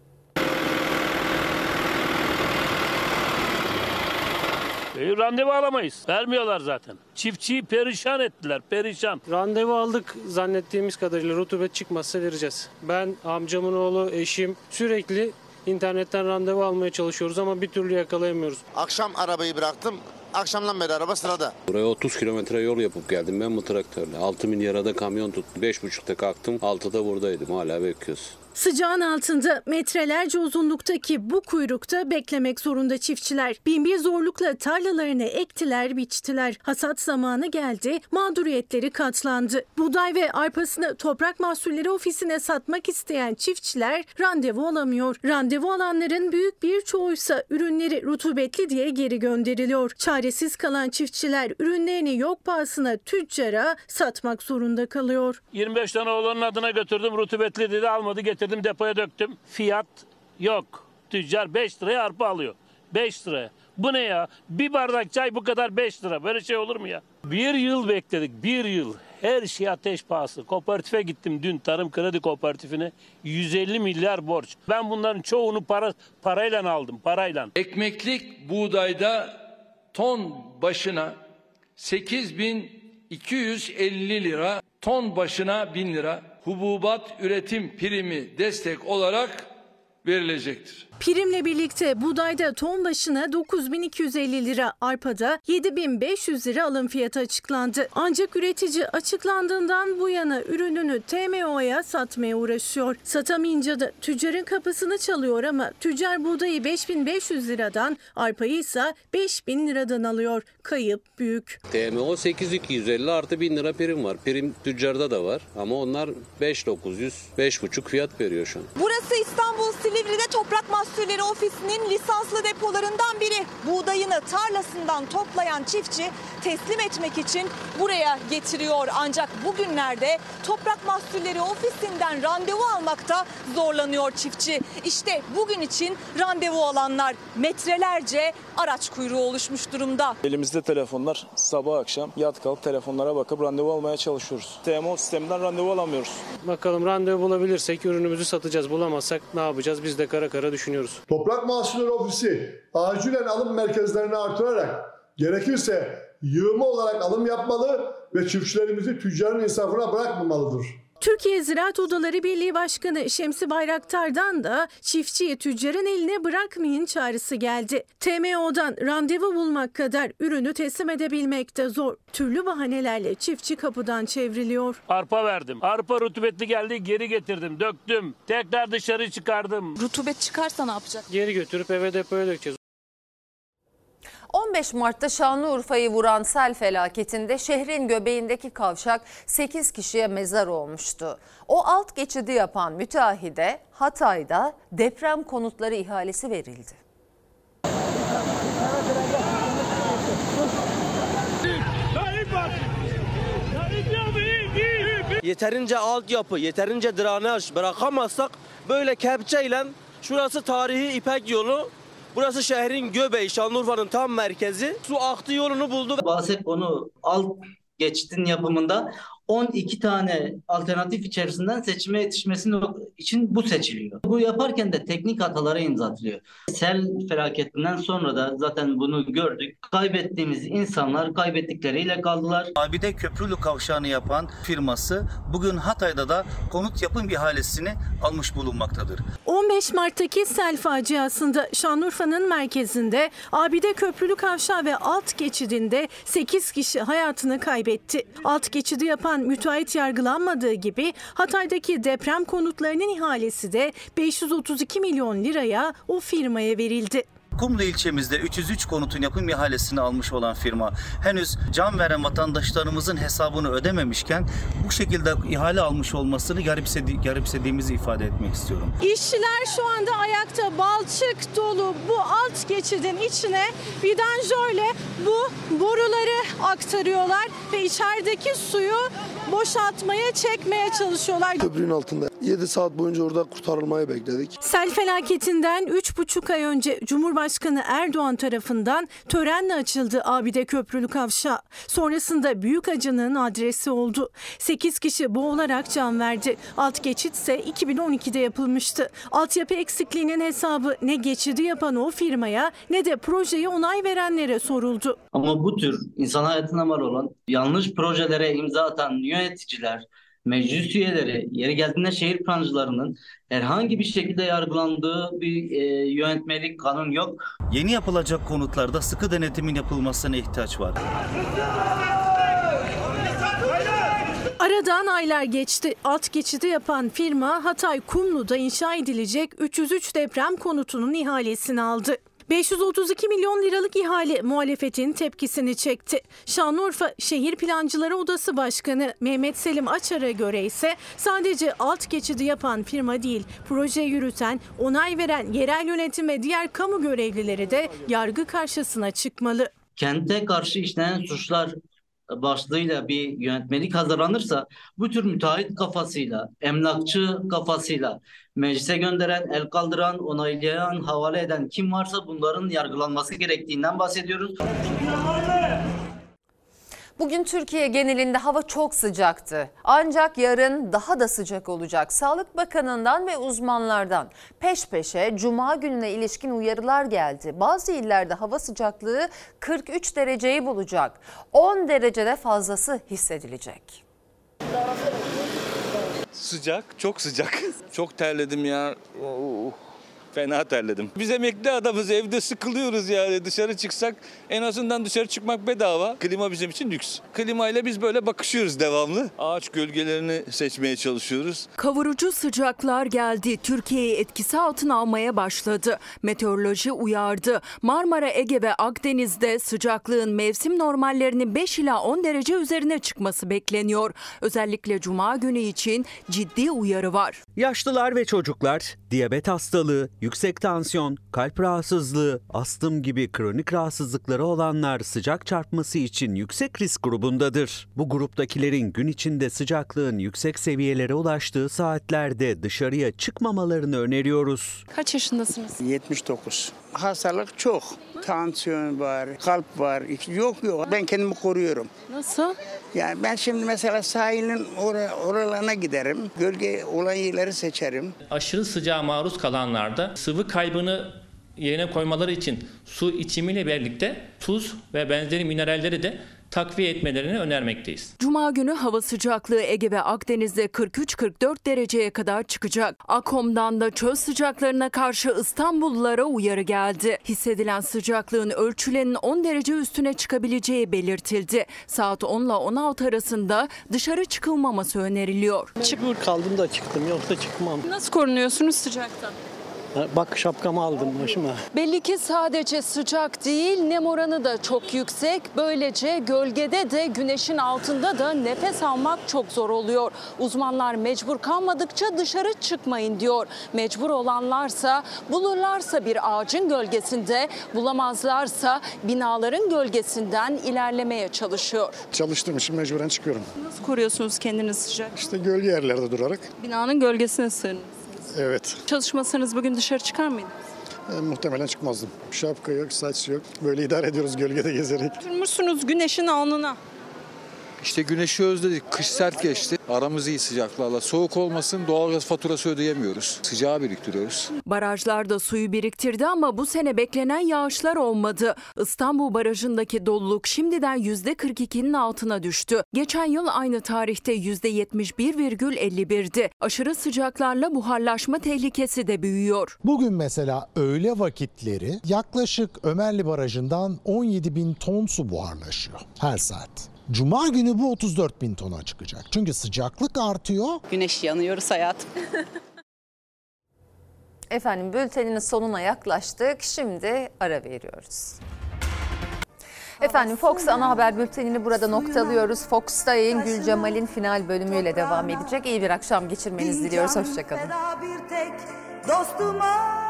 Randevu alamayız. Vermiyorlar zaten. Çiftçiyi perişan ettiler, perişan. Randevu aldık, zannettiğimiz kadarıyla rutubet çıkmazsa vereceğiz. Ben, amcamın oğlu, eşim sürekli internetten randevu almaya çalışıyoruz ama bir türlü yakalayamıyoruz. Akşam arabayı bıraktım. Akşamdan beri araba sırada. Buraya 30 kilometre yol yapıp geldim ben bu traktörle. 6 milyara da kamyon tuttum. 5.30'da kalktım. 6'da buradaydım. Hala bekliyoruz. Sıcağın altında metrelerce uzunluktaki bu kuyrukta beklemek zorunda çiftçiler. Binbir zorlukla tarlalarını ektiler, biçtiler. Hasat zamanı geldi, mağduriyetleri katlandı. Buğday ve arpasını Toprak Mahsulleri Ofisi'ne satmak isteyen çiftçiler randevu alamıyor. Randevu alanların büyük bir çoğuysa ürünleri rutubetli diye geri gönderiliyor. Çaresiz kalan çiftçiler ürünlerini yok pahasına tüccara satmak zorunda kalıyor. 25 tane oğlanın adına götürdüm, rutubetli dedi, almadı, getirdim depoya döktüm. Fiyat yok. Tüccar 5 liraya arpa alıyor. 5 liraya. Bu ne ya? Bir bardak çay bu kadar 5 lira. Böyle şey olur mu ya? Bir yıl bekledik. Bir yıl. Her şey ateş pahası. Kooperatife gittim dün, Tarım Kredi Kooperatifine. 150 milyar borç. Ben bunların çoğunu parayla aldım. Parayla. Ekmeklik buğdayda ton başına 8.250 lira, ton başına 1000 lira hububat üretim primi destek olarak verilecektir. Primle birlikte buğdayda ton başına 9.250 lira, arpada 7.500 lira alım fiyatı açıklandı. Ancak üretici açıklandığından bu yana ürününü TMO'ya satmaya uğraşıyor. Satamayınca da tüccarın kapısını çalıyor ama tüccar buğdayı 5.500 liradan, arpayı ise 5.000 liradan alıyor. Kayıp büyük. TMO 8.250 artı 1000 lira prim var. Prim tüccarda da var ama onlar 5.900, 5.5 fiyat veriyor şu an. Burası İstanbul Silivri'de Toprak Mahsulleri Ofisi'nin lisanslı depolarından biri. Buğdayını tarlasından toplayan çiftçi teslim etmek için buraya getiriyor. Ancak bugünlerde Toprak Mahsulleri Ofisi'nden randevu almakta zorlanıyor çiftçi. İşte bugün için randevu alanlar, metrelerce araç kuyruğu oluşmuş durumda. Elimizde telefonlar, sabah akşam yat kalk telefonlara bakıp randevu almaya çalışıyoruz. TMO sisteminden randevu alamıyoruz. Bakalım randevu bulabilirsek ürünümüzü satacağız. Bulamazsak ne yapacağız? Biz de kara kara düşünüyoruz. Toprak Mahsulleri Ofisi acilen alım merkezlerini artırarak gerekirse yığma olarak alım yapmalı ve çiftçilerimizi tüccarın insafına bırakmamalıdır. Türkiye Ziraat Odaları Birliği Başkanı Şemsi Bayraktar'dan da çiftçiyi tüccarın eline bırakmayın çağrısı geldi. TMO'dan randevu bulmak kadar ürünü teslim edebilmek de zor. Türlü bahanelerle çiftçi kapıdan çevriliyor. Arpa verdim. Arpa rutubetli geldi, geri getirdim, döktüm. Tekrar dışarı çıkardım. Rutubet çıkarsa ne yapacak? Geri götürüp eve depoya dökeceğiz. 15 Mart'ta Şanlıurfa'yı vuran sel felaketinde şehrin göbeğindeki kavşak 8 kişiye mezar olmuştu. O alt geçidi yapan müteahhide Hatay'da deprem konutları ihalesi verildi. Yeterince altyapı, yeterince drenaj bırakamazsak böyle kepçeyle, şurası tarihi İpek yolu. Burası şehrin göbeği, Şanlıurfa'nın tam merkezi. Su aktı, yolunu buldu. Bahset konu alt geçitin yapımında 12 tane alternatif içerisinden seçime yetişmesi için bu seçiliyor. Bu yaparken de teknik hatalara imza atılıyor. Sel felaketinden sonra da zaten bunu gördük. Kaybettiğimiz insanlar kaybettikleriyle kaldılar. Abide Köprülü Kavşağı'nı yapan firması bugün Hatay'da da konut yapım ihalesini almış bulunmaktadır. 15 Mart'taki sel faciasında Şanlıurfa'nın merkezinde Abide Köprülü Kavşağı ve alt geçidinde 8 kişi hayatını kaybetti. Alt geçidi yapan müteahhit yargılanmadığı gibi Hatay'daki deprem konutlarının ihalesi de 532 milyon liraya o firmaya verildi. Kumlu ilçemizde 303 konutun yapım ihalesini almış olan firma henüz can veren vatandaşlarımızın hesabını ödememişken bu şekilde ihale almış olmasını garipsediğimizi ifade etmek istiyorum. İşçiler şu anda ayakta, balçık dolu bu alt geçidin içine vidanjörle bu boruları aktarıyorlar ve içerideki suyu boşaltmaya, çekmeye çalışıyorlar. Köprünün altında 7 saat boyunca orada kurtarılmayı bekledik. Sel felaketinden 3,5 ay önce Cumhurbaşkanı Erdoğan tarafından törenle açıldı Abide Köprülü Kavşağı. Sonrasında büyük acının adresi oldu. 8 kişi boğularak can verdi. Alt geçit ise 2012'de yapılmıştı. Altyapı eksikliğinin hesabı ne geçidi yapan o firmaya ne de projeye onay verenlere soruldu. Ama bu tür insan hayatına mal olan yanlış projelere imza atan yöneticiler, meclis üyeleri, yeri geldiğinde şehir plancılarının herhangi bir şekilde yargılandığı bir yönetmelik kanun yok. Yeni yapılacak konutlarda sıkı denetimin yapılmasına ihtiyaç var. Aradan aylar geçti. Alt geçidi yapan firma Hatay Kumlu'da inşa edilecek 303 deprem konutunun ihalesini aldı. 532 milyon liralık ihale muhalefetin tepkisini çekti. Şanlıurfa Şehir Plancıları Odası Başkanı Mehmet Selim Açar'a göre ise sadece alt geçidi yapan firma değil, proje yürüten, onay veren yerel yönetim ve diğer kamu görevlileri de yargı karşısına çıkmalı. Kente karşı işlenen suçlar başlığıyla bir yönetmelik hazırlanırsa bu tür müteahhit kafasıyla, emlakçı kafasıyla meclise gönderen, el kaldıran, onaylayan, havale eden kim varsa bunların yargılanması gerektiğinden bahsediyoruz. Bugün Türkiye genelinde hava çok sıcaktı. Ancak yarın daha da sıcak olacak. Sağlık Bakanı'ndan ve uzmanlardan peş peşe Cuma gününe ilişkin uyarılar geldi. Bazı illerde hava sıcaklığı 43 dereceyi bulacak. 10 derecede fazlası hissedilecek. Sıcak, çok sıcak. Çok terledim ya. Fena terledim. Biz emekli adamız, evde sıkılıyoruz yani. Dışarı çıksak en azından dışarı çıkmak bedava. Klima bizim için lüks. Klimayla biz böyle bakışıyoruz devamlı. Ağaç gölgelerini seçmeye çalışıyoruz. Kavurucu sıcaklar geldi. Türkiye'yi etkisi altına almaya başladı. Meteoroloji uyardı. Marmara, Ege ve Akdeniz'de sıcaklığın mevsim normallerinin 5 ila 10 derece üzerine çıkması bekleniyor. Özellikle Cuma günü için ciddi uyarı var. Yaşlılar ve çocuklar, diyabet hastalığı, yüksek tansiyon, kalp rahatsızlığı, astım gibi kronik rahatsızlıkları olanlar sıcak çarpması için yüksek risk grubundadır. Bu gruptakilerin gün içinde sıcaklığın yüksek seviyelere ulaştığı saatlerde dışarıya çıkmamalarını öneriyoruz. Kaç yaşındasınız? 79. Hastalık çok. Tansiyon var, kalp var. Yok. Ben kendimi koruyorum. Nasıl? Yani ben şimdi mesela sahilin oralarına giderim. Gölge olan yerleri seçerim. Aşırı sıcağa maruz kalanlarda sıvı kaybını yerine koymaları için su içimiyle birlikte tuz ve benzeri mineralleri de takviye etmelerini önermekteyiz. Cuma günü hava sıcaklığı Ege ve Akdeniz'de 43-44 dereceye kadar çıkacak. AKOM'dan da çöl sıcaklarına karşı İstanbullulara uyarı geldi. Hissedilen sıcaklığın ölçülenin 10 derece üstüne çıkabileceği belirtildi. Saat 10 ile 16 arasında dışarı çıkılmaması öneriliyor. Mecbur kaldım da çıktım, yoksa çıkmam. Nasıl korunuyorsunuz sıcaktan? Bak şapkamı aldım başıma. Belli ki sadece sıcak değil, nem oranı da çok yüksek. Böylece gölgede de güneşin altında da nefes almak çok zor oluyor. Uzmanlar mecbur kalmadıkça dışarı çıkmayın diyor. Mecbur olanlarsa bulurlarsa bir ağacın gölgesinde, bulamazlarsa binaların gölgesinden ilerlemeye çalışıyor. Çalıştığım için mecburen çıkıyorum. Nasıl koruyorsunuz kendinizi sıcak? İşte gölge yerlerde durarak. Binanın gölgesine sığının. Evet. Çalışmasanız bugün dışarı çıkar mıydınız? Muhtemelen çıkmazdım. Şapka yok, saç yok. Böyle idare ediyoruz gölgede gezerek. Oturmuşsunuz güneşin alnına. İşte güneşi özledik. Kış sert geçti. Aramız iyi sıcaklarla. Soğuk olmasın, doğalgaz faturası ödeyemiyoruz. Sıcağı biriktiriyoruz. Barajlarda suyu biriktirdi ama bu sene beklenen yağışlar olmadı. İstanbul Barajı'ndaki doluluk şimdiden %42'nin altına düştü. Geçen yıl aynı tarihte %71,51'di. Aşırı sıcaklarla buharlaşma tehlikesi de büyüyor. Bugün mesela öğle vakitleri yaklaşık Ömerli Barajı'ndan 17.000 ton su buharlaşıyor her saat. Cuma günü bu 34.000 tona çıkacak. Çünkü sıcaklık artıyor. Güneş yanıyoruz hayatım. Efendim bülteninin sonuna yaklaştık. Şimdi ara veriyoruz. Efendim Fox ana haber bültenini burada noktalıyoruz. Fox'ta yayın Gülcemal'in final bölümüyle devam edecek. İyi bir akşam geçirmenizi diliyoruz. Hoşçakalın.